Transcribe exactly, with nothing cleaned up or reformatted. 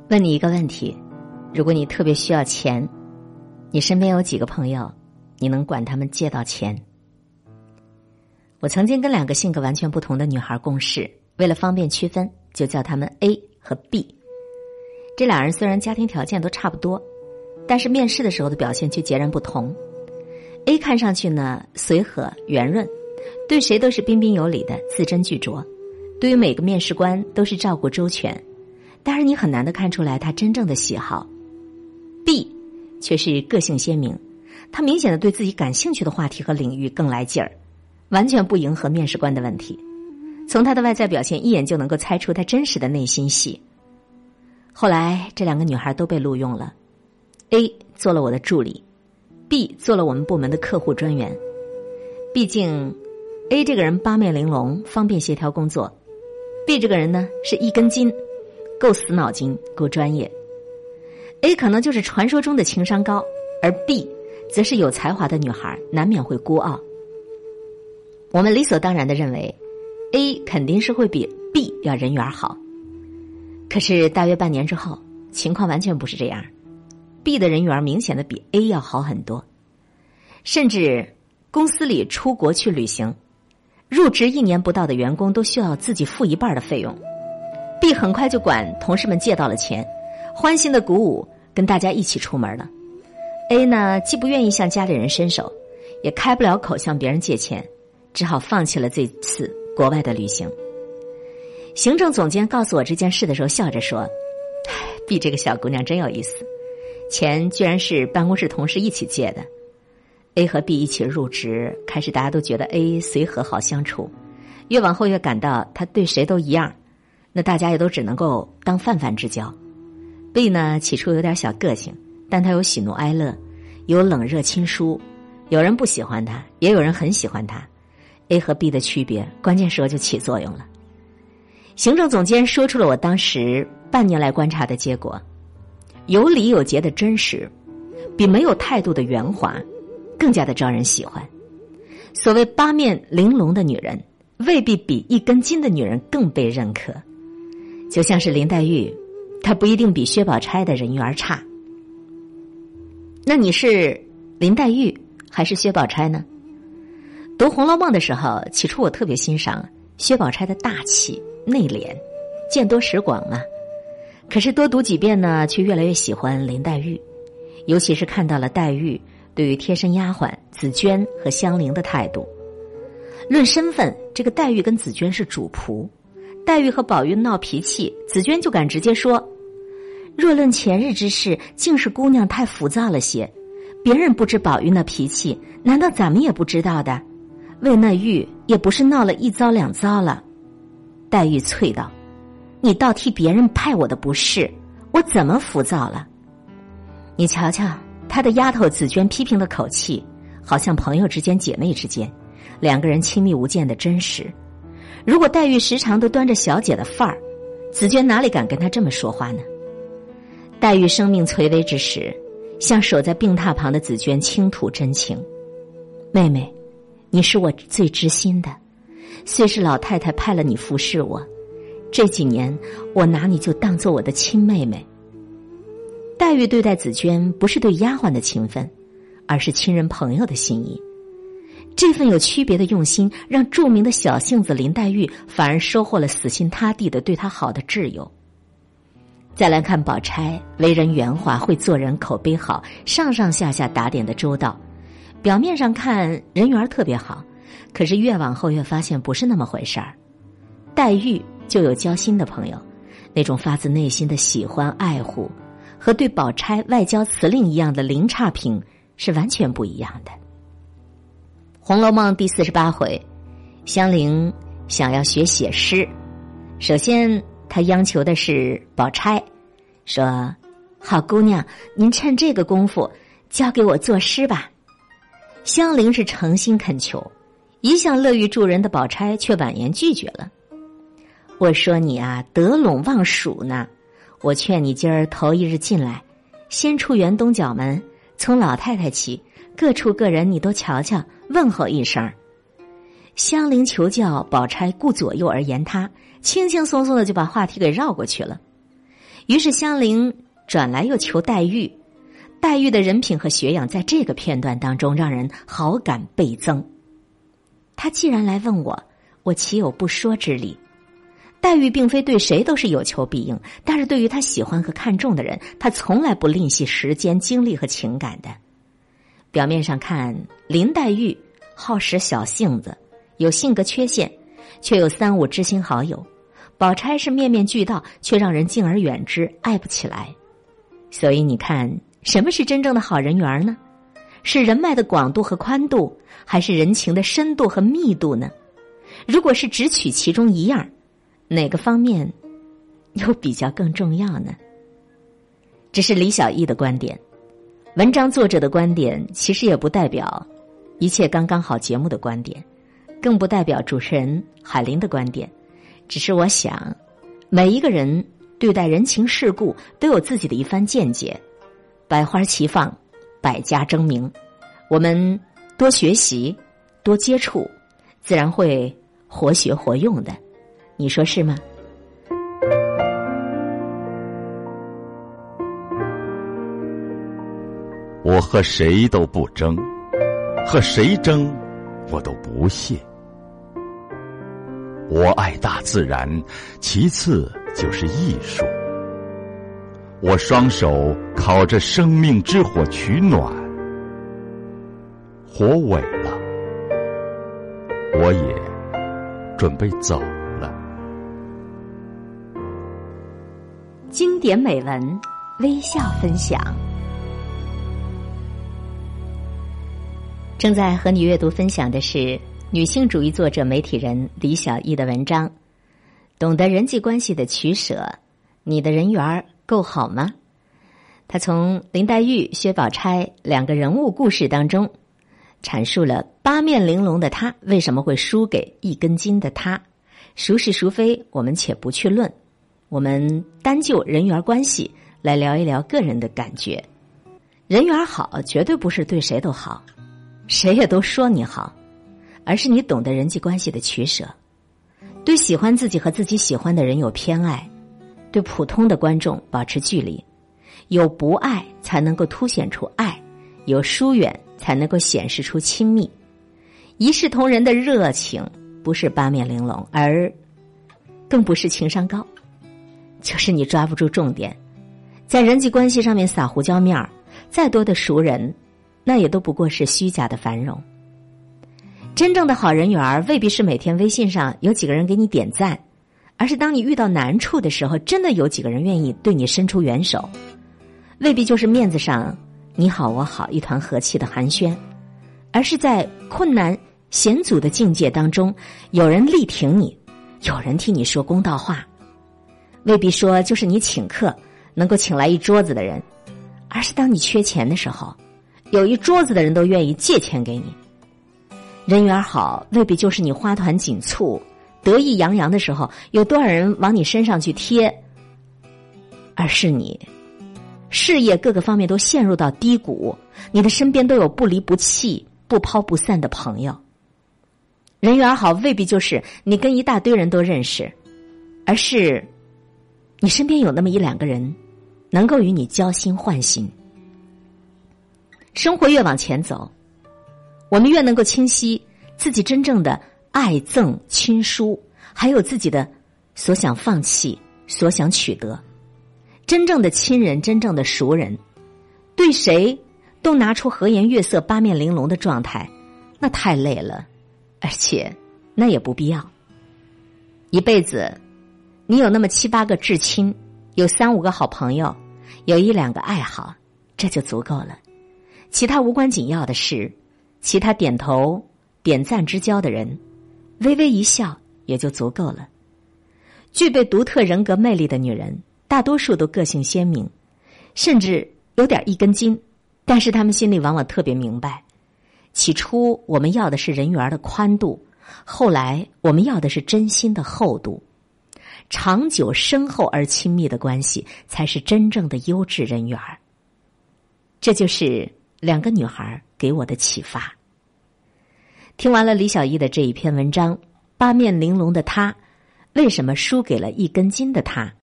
问你一个问题，如果你特别需要钱，你身边有几个朋友你能管他们借到钱？我曾经跟两个性格完全不同的女孩共事，为了方便区分，就叫她们 A 和 B。 这俩人虽然家庭条件都差不多，但是面试的时候的表现却截然不同。 A 看上去呢随和圆润，对谁都是彬彬有礼的，字斟句酌，对于每个面试官都是照顾周全，但是你很难的看出来他真正的喜好。 B 却是个性鲜明，他明显的对自己感兴趣的话题和领域更来劲儿，完全不迎合面试官的问题。从他的外在表现一眼就能够猜出他真实的内心戏。后来这两个女孩都被录用了， A 做了我的助理， B 做了我们部门的客户专员。毕竟 A 这个人八面玲珑，方便协调工作， B 这个人呢是一根筋，够死脑筋，够专业。 A 可能就是传说中的情商高，而 B 则是有才华的女孩，难免会孤傲。我们理所当然地认为 A 肯定是会比 B 要人缘好，可是大约半年之后，情况完全不是这样。 B 的人缘明显的比 A 要好很多，甚至公司里出国去旅行，入职一年不到的员工都需要自己付一半的费用。 B 很快就管同事们借到了钱，欢欣的鼓舞跟大家一起出门了。 A 呢既不愿意向家里人伸手，也开不了口向别人借钱，只好放弃了这次国外的旅行。行政总监告诉我这件事的时候笑着说， B 这个小姑娘真有意思，钱居然是办公室同事一起借的。 A 和 B 一起入职，开始大家都觉得 A 随和好相处，越往后越感到他对谁都一样，那大家也都只能够当泛泛之交。 B 呢起初有点小个性，但他有喜怒哀乐，有冷热亲疏，有人不喜欢他，也有人很喜欢他。 A 和 B 的区别关键时候就起作用了。行政总监说出了我当时半年来观察的结果，有礼有节的真实比没有态度的圆滑更加的招人喜欢。所谓八面玲珑的女人，未必比一根筋的女人更被认可。就像是林黛玉，她不一定比薛宝钗的人缘差。那你是林黛玉还是薛宝钗呢？读《红楼梦》的时候，起初我特别欣赏薛宝钗的大气内敛，见多识广嘛。可是多读几遍呢，却越来越喜欢林黛玉，尤其是看到了黛玉对于贴身丫鬟紫娟和香菱的态度。论身份，这个黛玉跟紫娟是主仆，黛玉和宝玉闹脾气，紫娟就敢直接说，若论前日之事，竟是姑娘太浮躁了些，别人不知宝玉那脾气，难道咱们也不知道的？为那玉也不是闹了一遭两遭了。黛玉啐道，你倒替别人派我的不是，我怎么浮躁了？你瞧瞧她的丫头紫娟批评的口气，好像朋友之间姐妹之间，两个人亲密无间的真实。如果黛玉时常都端着小姐的范儿，紫娟哪里敢跟她这么说话呢？黛玉生命垂危之时，向守在病榻旁的紫娟倾吐真情，妹妹，你是我最知心的，虽是老太太派了你服侍我，这几年我拿你就当做我的亲妹妹。黛玉对待紫娟不是对丫鬟的情分，而是亲人朋友的心意。这份有区别的用心，让著名的小性子林黛玉反而收获了死心塌地的对她好的挚友。再来看宝钗，为人圆滑，会做人，口碑好，上上下下打点的周到，表面上看人缘特别好，可是越往后越发现不是那么回事儿。黛玉就有交心的朋友，那种发自内心的喜欢爱护，和对宝钗外交辞令一样的零差评是完全不一样的。《红楼梦》第四十八回，香菱想要学写诗，首先她央求的是宝钗，说，好姑娘，您趁这个功夫教给我作诗吧。香菱是诚心恳求，一向乐于助人的宝钗却婉言拒绝了。我说你啊，得陇望蜀呢，我劝你今儿头一日进来，先出园东角门，从老太太起，各处各人你都瞧瞧，问候一声。香菱求教，宝钗顾左右而言他，轻轻松松的就把话题给绕过去了。 于是香菱转来又求黛玉，黛玉的人品和学养在这个片段当中让人好感倍增。她既然来问我，我岂有不说之理？黛玉并非对谁都是有求必应，但是对于她喜欢和看重的人，她从来不吝惜时间、精力和情感的。表面上看，林黛玉好使小性子，有性格缺陷，却有三五知心好友。宝钗是面面俱到，却让人敬而远之，爱不起来。所以你看，什么是真正的好人缘呢？是人脉的广度和宽度，还是人情的深度和密度呢？如果是只取其中一样，哪个方面又比较更重要呢？这是李小艺的观点，文章作者的观点其实也不代表一切刚刚好节目的观点，更不代表主持人海玲的观点。只是我想，每一个人对待人情世故都有自己的一番见解，百花齐放，百家争鸣。我们多学习，多接触，自然会活学活用的。你说是吗？ 我和谁都不争，和谁争我都不屑。我爱大自然，其次就是艺术。我双手烤着生命之火取暖，火萎了，我也准备走了。 经典美文，微笑分享。正在和你阅读分享的是女性主义作者、媒体人李小艺的文章《懂得人际关系的取舍》，你的人缘够好吗？他从林黛玉、薛宝钗两个人物故事当中，阐述了八面玲珑的她为什么会输给一根筋的她。孰是孰非，我们且不去论，我们单就人缘关系来聊一聊个人的感觉。人缘好，绝对不是对谁都好，谁也都说你好，而是你懂得人际关系的取舍，对喜欢自己和自己喜欢的人有偏爱，对普通的观众保持距离，有不爱才能够凸显出爱，有疏远才能够显示出亲密。一视同仁的热情不是八面玲珑，而更不是情商高，就是你抓不住重点。在人际关系上面撒胡椒面儿，再多的熟人，那也都不过是虚假的繁荣。真正的好人缘未必是每天微信上有几个人给你点赞，而是当你遇到难处的时候，真的有几个人愿意对你伸出援手。未必就是面子上你好我好一团和气的寒暄，而是在困难险阻的境界当中，有人力挺你，有人替你说公道话。未必说就是你请客能够请来一桌子的人，而是当你缺钱的时候，有一桌子的人都愿意借钱给你。人缘好未必就是你花团锦簇得意洋洋的时候有多少人往你身上去贴，而是你事业各个方面都陷入到低谷，你的身边都有不离不弃不抛不散的朋友。人缘好未必就是你跟一大堆人都认识，而是你身边有那么一两个人能够与你交心换心。生活越往前走，我们越能够清晰自己真正的爱憎亲疏，还有自己的所想放弃所想取得。真正的亲人，真正的熟人，对谁都拿出和颜悦色八面玲珑的状态，那太累了，而且那也不必要。一辈子你有那么七八个至亲，有三五个好朋友，有一两个爱好，这就足够了。其他无关紧要的事，其他点头点赞之交的人，微微一笑也就足够了。具备独特人格魅力的女人，大多数都个性鲜明，甚至有点一根筋，但是她们心里往往特别明白，起初我们要的是人缘的宽度，后来我们要的是真心的厚度。长久深厚而亲密的关系才是真正的优质人缘。这就是两个女孩给我的启发。听完了李小艺的这一篇文章，八面玲珑的她为什么输给了一根筋的她，